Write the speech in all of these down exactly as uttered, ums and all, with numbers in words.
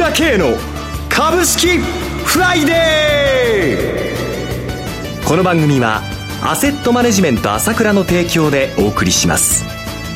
倉慶の株式フライデー。この番組はアセットマネジメント朝倉の提供でお送りします。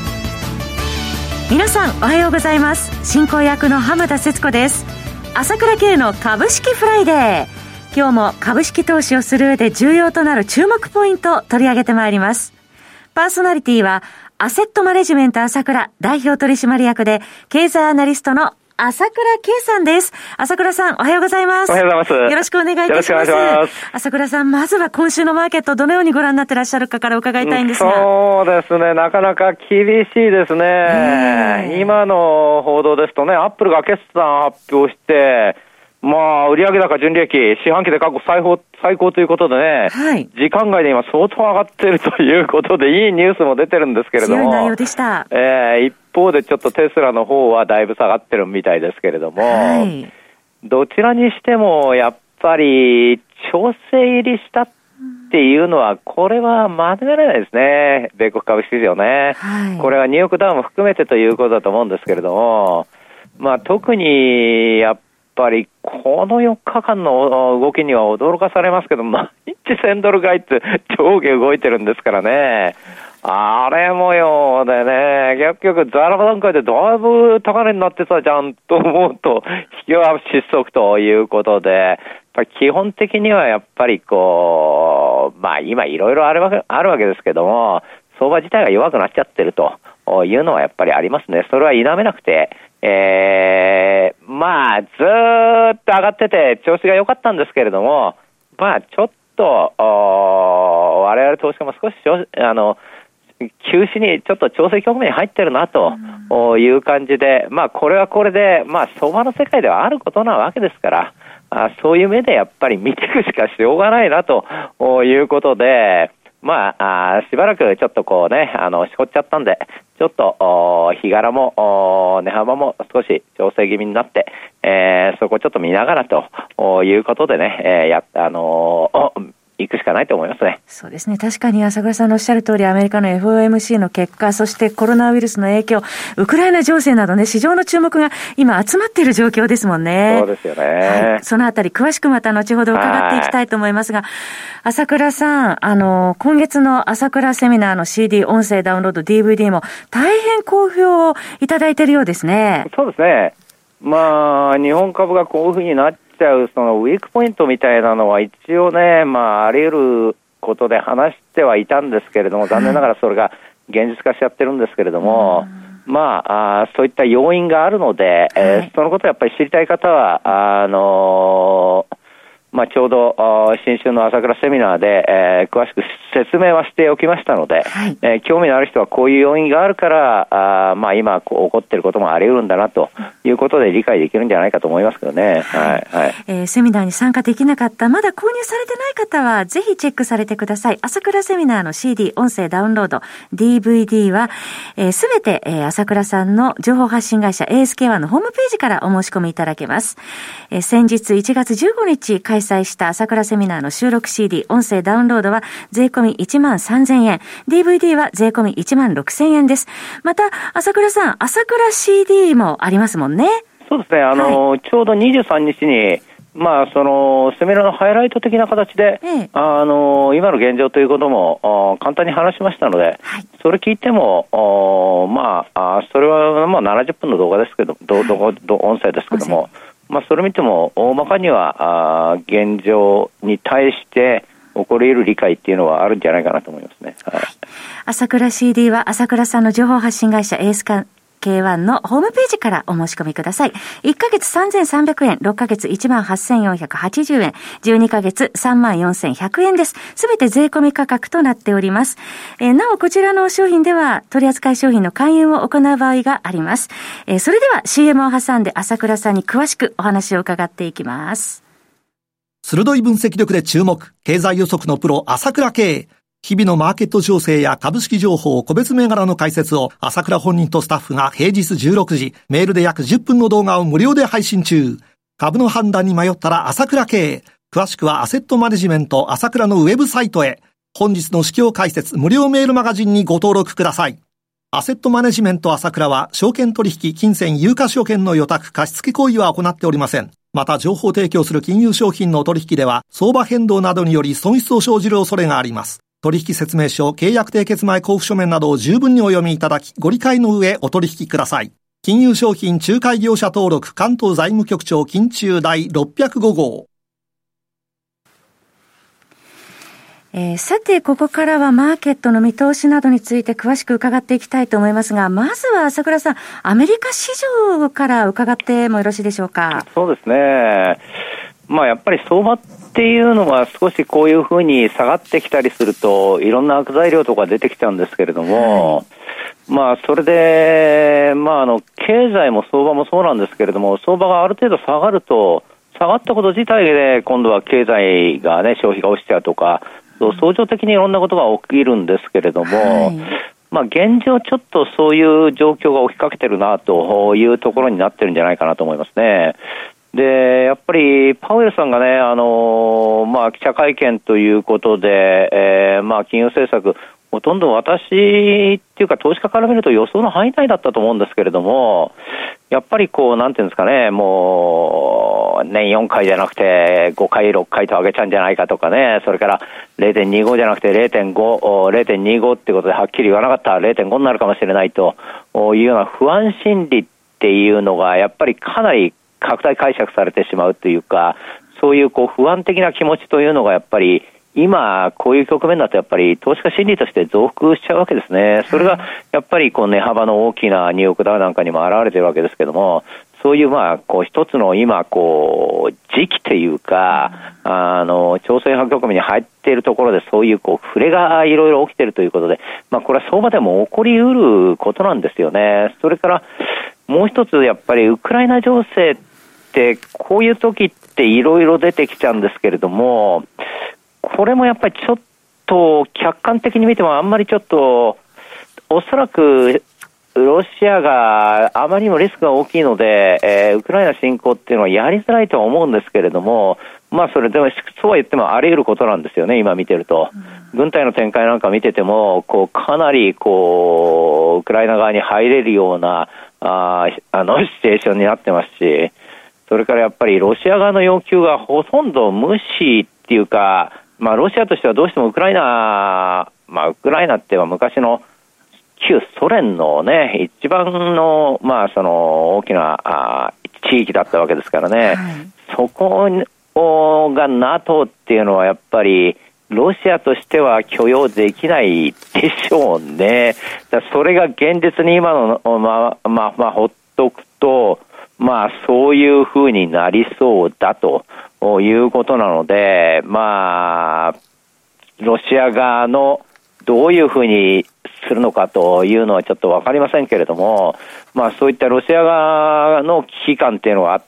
皆さんおはようございます。進行役の浜田節子です。朝倉慶の株式フライデー。今日も株式投資をする上で重要となる注目ポイントを取り上げてまいります。パーソナリティはアセットマネジメント朝倉代表取締役で経済アナリストの朝倉慶さんです。朝倉さんおはようございます。 おはようございます。 よろしくお願いいたします。よろしくお願いします。朝倉さん、まずは今週のマーケットどのようにご覧になってらっしゃるかから伺いたいんですが。 そうですね、なかなか厳しいですね。今の報道ですとね、アップルが決算発表して、まあ、売上高純利益、四半期で過去最高、最高ということでね、はい、時間外で今相当上がっているということで、いいニュースも出てるんですけれども、 強い内容でした。 えー、一方でちょっとテスラの方はだいぶ下がってるみたいですけれども、はい、どちらにしてもやっぱり調整入りしたっていうのは、これは間違いないですね。米国株式市場ね、はい。これはニューヨークダウも含めてということだと思うんですけれども、まあ特にやっぱやっぱりこのよっかかんの動きには驚かされますけど、毎日せんドル買いって上下動いてるんですからね。あれ模様でね、結局ザラバ段階でだいぶ高値になってたじゃんと思うと、引きは失速ということで、やっぱり基本的にはやっぱりこう、まあ今いろいろあるわけ、あるわけですけども、相場自体が弱くなっちゃってるというのはやっぱりありますね。それは否めなくて、えー、まあずーっと上がってて調子が良かったんですけれども、まあちょっと我々投資家も少しあの休止にちょっと調整局面に入ってるなという感じで、まあこれはこれでまあ相場の世界ではあることなわけですから、あそういう目でやっぱり見ていくしかしようがないなということで、まあ、あしばらくちょっとこうね、あの、しこっちゃったんで、ちょっと、日柄も、値幅も少し調整気味になって、えー、そこをちょっと見ながらということでね、えー、や、あのー、行くしかないと思いますね。 そうですね。確かに朝倉さんのおっしゃる通り、アメリカの エフオーエムシー の結果、そしてコロナウイルスの影響、ウクライナ情勢などね、市場の注目が今集まっている状況ですもんね。 そうですよね。 はい、そのあたり詳しくまた後ほど伺っていきたいと思いますが、朝倉さん、あの、今月の朝倉セミナーの シーディー、音声ダウンロード、ディーブイディー も大変好評をいただいているようですね。 そうですね。まあ、日本株がこういうふうになってちゃうそのウィークポイントみたいなのは一応ね、まああり得ることで話してはいたんですけれども、残念ながらそれが現実化しちゃってるんですけれども、まあ、あそういった要因があるので、えー、そのことをやっぱり知りたい方はあのーまあ、ちょうど新春の朝倉セミナーで、えー、詳しく説明はしておきましたので、はい、えー、興味のある人はこういう要因があるからあ、まあ、今こう起こっていることもあり得るんだなということで理解できるんじゃないかと思いますけどね。はいはい、 えー、セミナーに参加できなかったまだ購入されてない方はぜひチェックされてください。朝倉セミナーの シーディー 音声ダウンロード ディーブイディー はすべ、えー、て、えー、朝倉さんの情報発信会社 エーエスケーワン のホームページからお申し込みいただけます。えー、先日いちがつじゅうごにち開催した朝倉セミナーの収録 シーディー 音声ダウンロードは税込みいちまんさんぜんえん、 ディーブイディー は税込みいちまんろくせんえんです。また朝倉さん、朝倉 シーディー もありますもんね。 そうですね、あの、はい、ちょうどにじゅうさんにちにまあ、そのセミナーのハイライト的な形で、ええ、あの今の現状ということも簡単に話しましたので、はい、それ聞いてもまあそれはまあななじゅっぷんの動画ですけど、どど音声ですけども、まあ、それ見ても大まかにはあ現状に対して起こり得る理解っていうのはあるんじゃないかなと思いますね。はい、 朝倉 シーディー は朝倉さんの情報発信会社エースカケーワン のホームページからお申し込みください。いっかげつさんぜんさんびゃくえん、ろっかげついちまんはっせんよんひゃくはちじゅうえん、じゅうにかげつさんまんよんせんひゃくえんです。すべて税込み価格となっております。えー、なおこちらの商品では取扱い商品の勧誘を行う場合があります。えー、それでは シーエム を挟んで朝倉さんに詳しくお話を伺っていきます。 鋭い分析力で注目、経済予測のプロ朝倉慶。日々のマーケット情勢や株式情報、個別銘柄の解説を朝倉本人とスタッフが平日じゅうろくじ、メールで約じゅっぷんの動画を無料で配信中。株の判断に迷ったら朝倉慶。詳しくはアセットマネジメント朝倉のウェブサイトへ。本日の市況解説無料メールマガジンにご登録ください。 アセットマネジメント朝倉は、証券取引、金銭、有価証券の予託、貸付行為は行っておりません。また、情報提供する金融商品の取引では、相場変動などにより損失を生じる恐れがあります。取引説明書、契約締結前交付書面などを十分にお読みいただき、ご理解の上お取引ください。金融商品仲介業者登録関東財務局長金中第ろっぴゃくご号。 えー、さてここからはマーケットの見通しなどについて詳しく伺っていきたいと思いますが、まずは朝倉さん、アメリカ市場から伺ってもよろしいでしょうか。 そうですね、まあ、やっぱり相場っていうのは少しこういうふうに下がってきたりするといろんな悪材料とか出てきちゃうんですけれども、はい、まあそれで、まあ、あの経済も相場もそうなんですけれども、相場がある程度下がると下がったこと自体で今度は経済がね、消費が落ちちゃうとか、相乗的にいろんなことが起きるんですけれども、はい、まあ、現状ちょっとそういう状況が起きかけてるなというところになってるんじゃないかなと思いますね。で、やっぱりパウエルさんがね、あのまあ、記者会見ということで、えー、まあ金融政策ほとんど私っていうか投資家から見ると予想の範囲内だったと思うんですけれども、やっぱりこうなんていうんですかね、もう年よんかいじゃなくてごかいろっかいと上げちゃうんじゃないかとかね、それから れいてんにご じゃなくて れいてんご、れいてんにご ってことではっきり言わなかったら れいてんご になるかもしれないというような不安心理っていうのがやっぱりかなり拡大解釈されてしまうというか、そういうこう不安的な気持ちというのがやっぱり今こういう局面だとやっぱり投資家心理として増幅しちゃうわけですね。それがやっぱりこう値幅の大きなニューヨークダウなんかにも表れているわけですけども、そういうまあこう一つの今こう時期というか、あの調整派局面に入っているところでそういうこう触れがいろいろ起きているということで、まあこれは相場でも起こりうることなんですよね。それからもう一つやっぱりウクライナ情勢ってこういう時っていろいろ出てきちゃうんですけれども、これもやっぱりちょっと客観的に見てもあんまりちょっとおそらくロシアがあまりにもリスクが大きいので、えー、ウクライナ侵攻っていうのはやりづらいとは思うんですけれども、まあそれでもそうは言ってもあり得ることなんですよね。今見てると、うん、軍隊の展開なんか見ててもこうかなりこうウクライナ側に入れるようなああのシチュエーションになってますし、それからやっぱりロシア側の要求がほとんど無視っていうか、まあロシアとしてはどうしてもウクライナ、まあウクライナっては昔の旧ソ連のね、一番のまあその大きなあ地域だったわけですからね、はい、そこが NATO っていうのはやっぱりロシアとしては許容できないでしょうね。だそれが現実に今のまあまあまあほっとくと、まあそういう風になりそうだということなので、まあロシア側のどういう風にするのかというのはちょっとわかりませんけれども、まあそういったロシア側の危機感っていうのがあって、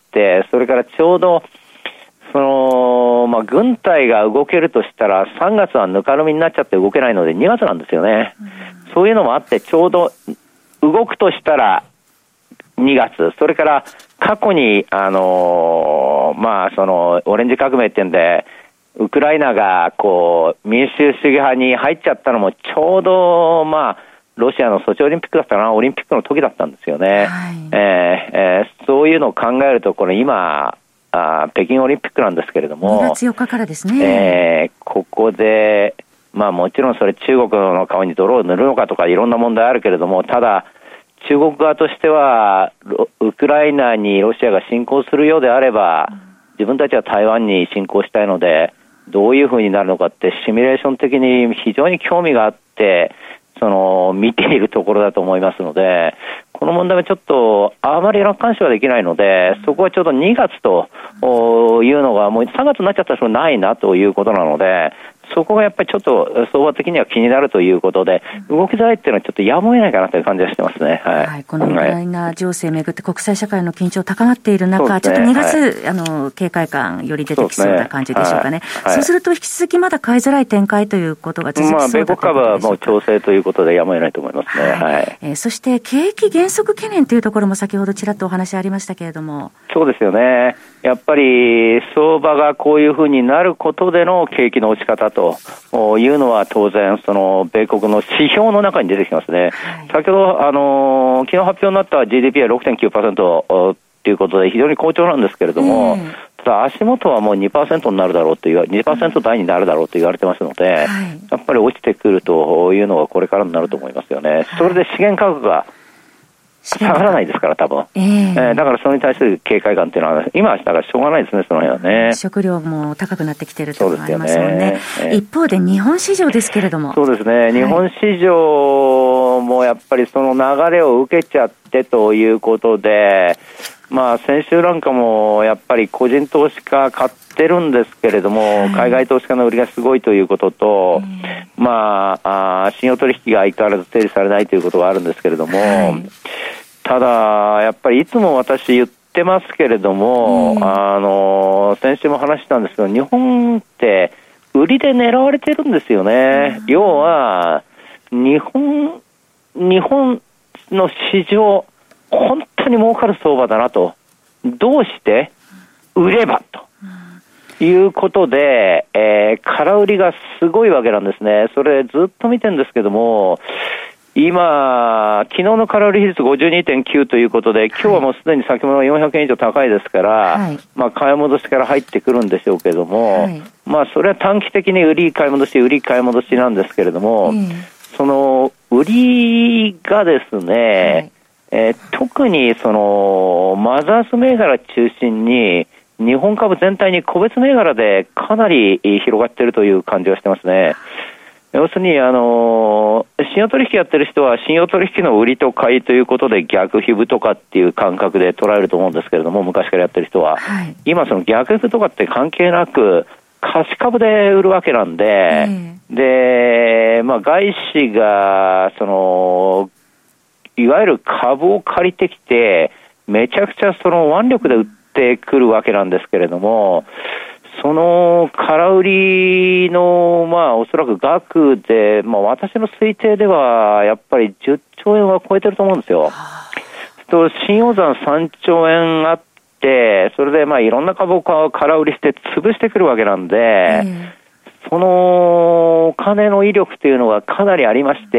それからちょうどそのまあ軍隊が動けるとしたらさんがつはぬかるみになっちゃって動けないのでにがつなんですよね。うん、そういうのもあってちょうど動くとしたらにがつ、それから過去にあのー、まあそのオレンジ革命っていうんでウクライナがこう民主主義派に入っちゃったのもちょうどまあロシアのソチオリンピックだったかな、オリンピックの時だったんですよね。はい、えーえー、そういうのを考えるとこれ今あ北京オリンピックなんですけれどもにがつよっかからですね。 えー、ここでまあもちろんそれ中国の顔に泥を塗るのかとかいろんな問題あるけれども、ただ中国側としてはウクライナにロシアが侵攻するようであれば、うん、自分たちは台湾に侵攻したいのでどういう風になるのかってシミュレーション的に非常に興味があってその見ているところだと思いますので、この問題はちょっとあまり楽観視はできないので、そこはちょうどにがつというのがもうさんがつになっちゃったらないなということなので、そこがやっぱりちょっと相場的には気になるということで、動きづらいっていうのはちょっとやむを得ないかなという感じがしてますね。はい。はい、 このウクライナ情勢をめぐって国際社会の緊張高まっている中、ね、ちょっとにがつ、はい、あの警戒感より出てきそうな感じでしょうかね。そう、はい、そうすると引き続きまだ買いづらい展開ということが続きそうだということでしょうか。まあ、米国株はもう調整ということでやむを得ないと思いますね。はい。はい、えー、そして景気減速懸念というところも先ほどちらっとお話ありましたけれども。 そうですよね。やっぱり相場がこういうふうになることでの景気の落ち方というのは当然その米国の指標の中に出てきますね、はい、先ほど、あのー、昨日発表になった ジーディーピー は ろくてんきゅうパーセント ということで非常に好調なんですけれども、うん、ただ足元はもう にパーセント になるだろうという にパーセント 台になるだろうと言われてますので、はい、やっぱり落ちてくるというのがこれからになると思いますよね、はい、それで資源価格が下がらないですから多分、えーえー、だからそれに対する警戒感っていうのは今はだからしょうがないですね、その辺はね。 食料も高くなってきてるというのがありますもんね。そうですよね。一方で日本市場ですけれども、 そうですね、はい、日本市場もやっぱりその流れを受けちゃってということで、まあ先週なんかもやっぱり個人投資家買ってるんですけれども、はい、海外投資家の売りがすごいということと、うん、まあ、あ信用取引が相変わらず整理されないということがあるんですけれども、はい、ただやっぱりいつも私言ってますけれども、うん、あの先週も話したんですけど、日本って売りで狙われてるんですよね、うん、要は日本日本の市場本当に儲かる相場だなと、どうして売ればということで、えー、空売りがすごいわけなんですね。それずっと見てるんですけども、今昨日の空売り比率 ごじゅうにてんきゅう ということで、今日はもうすでに先物がよんひゃくえん以上高いですから、はい、まあ買い戻しから入ってくるんでしょうけども、はい、まあそれは短期的に売り買い戻し売り買い戻しなんですけれども、うん、その売りがですね、はいえー、特にそのマザーズ銘柄中心に日本株全体に個別銘柄でかなり広がっているという感じがしてますね。要するにあの信用取引やってる人は信用取引の売りと買いということで逆皮膚とかっていう感覚で捉えると思うんですけれども、昔からやってる人は、はい、今その逆皮膚とかって関係なく貸し株で売るわけなんで、うん、で、まあ、外資がそのいわゆる株を借りてきてめちゃくちゃその腕力で売ってくるわけなんですけれども、その空売りのまあおそらく額で、まあ、私の推定ではやっぱりじゅっちょうえんは超えてると思うんですよ。と信用残さんちょうえんあって、それでまあいろんな株を空売りして潰してくるわけなんで、うん、そのお金の威力というのがかなりありまして、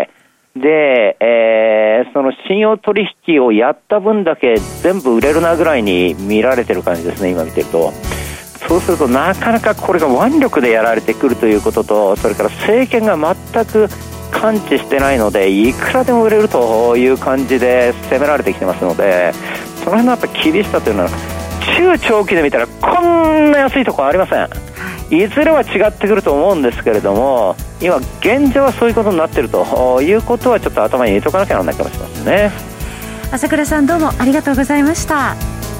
で、えー、その信用取引をやった分だけ全部売れるなぐらいに見られてる感じですね、今見てると。そうするとなかなかこれが腕力でやられてくるということと、それから政権が全く感知してないのでいくらでも売れるという感じで攻められてきてますので、その辺のやっぱ厳しさというのは中長期で見たらこんな安いところありません。いずれは違ってくると思うんですけれども、今現状はそういうことになっているということはちょっと頭に入れておかなきゃならないかもしれませんね。 朝倉さん、どうもありがとうございました。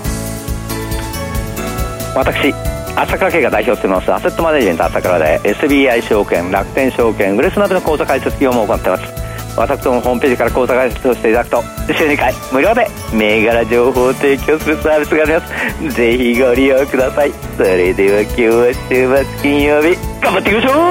私朝倉慶が代表していますアセットマネジメント朝倉で エスビーアイ 証券、楽天証券、ウレスナビの口座開設業務を行っています。私どもホームページから口座開設をしていただくと週にかい無料で銘柄情報を提供するサービスがあります。ぜひご利用ください。それでは今日は週末金曜日頑張っていきましょう。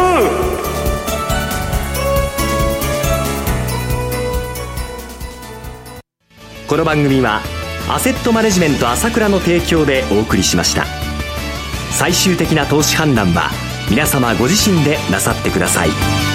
この番組はアセットマネジメント朝倉の提供でお送りしました。最終的な投資判断は皆様ご自身でなさってください。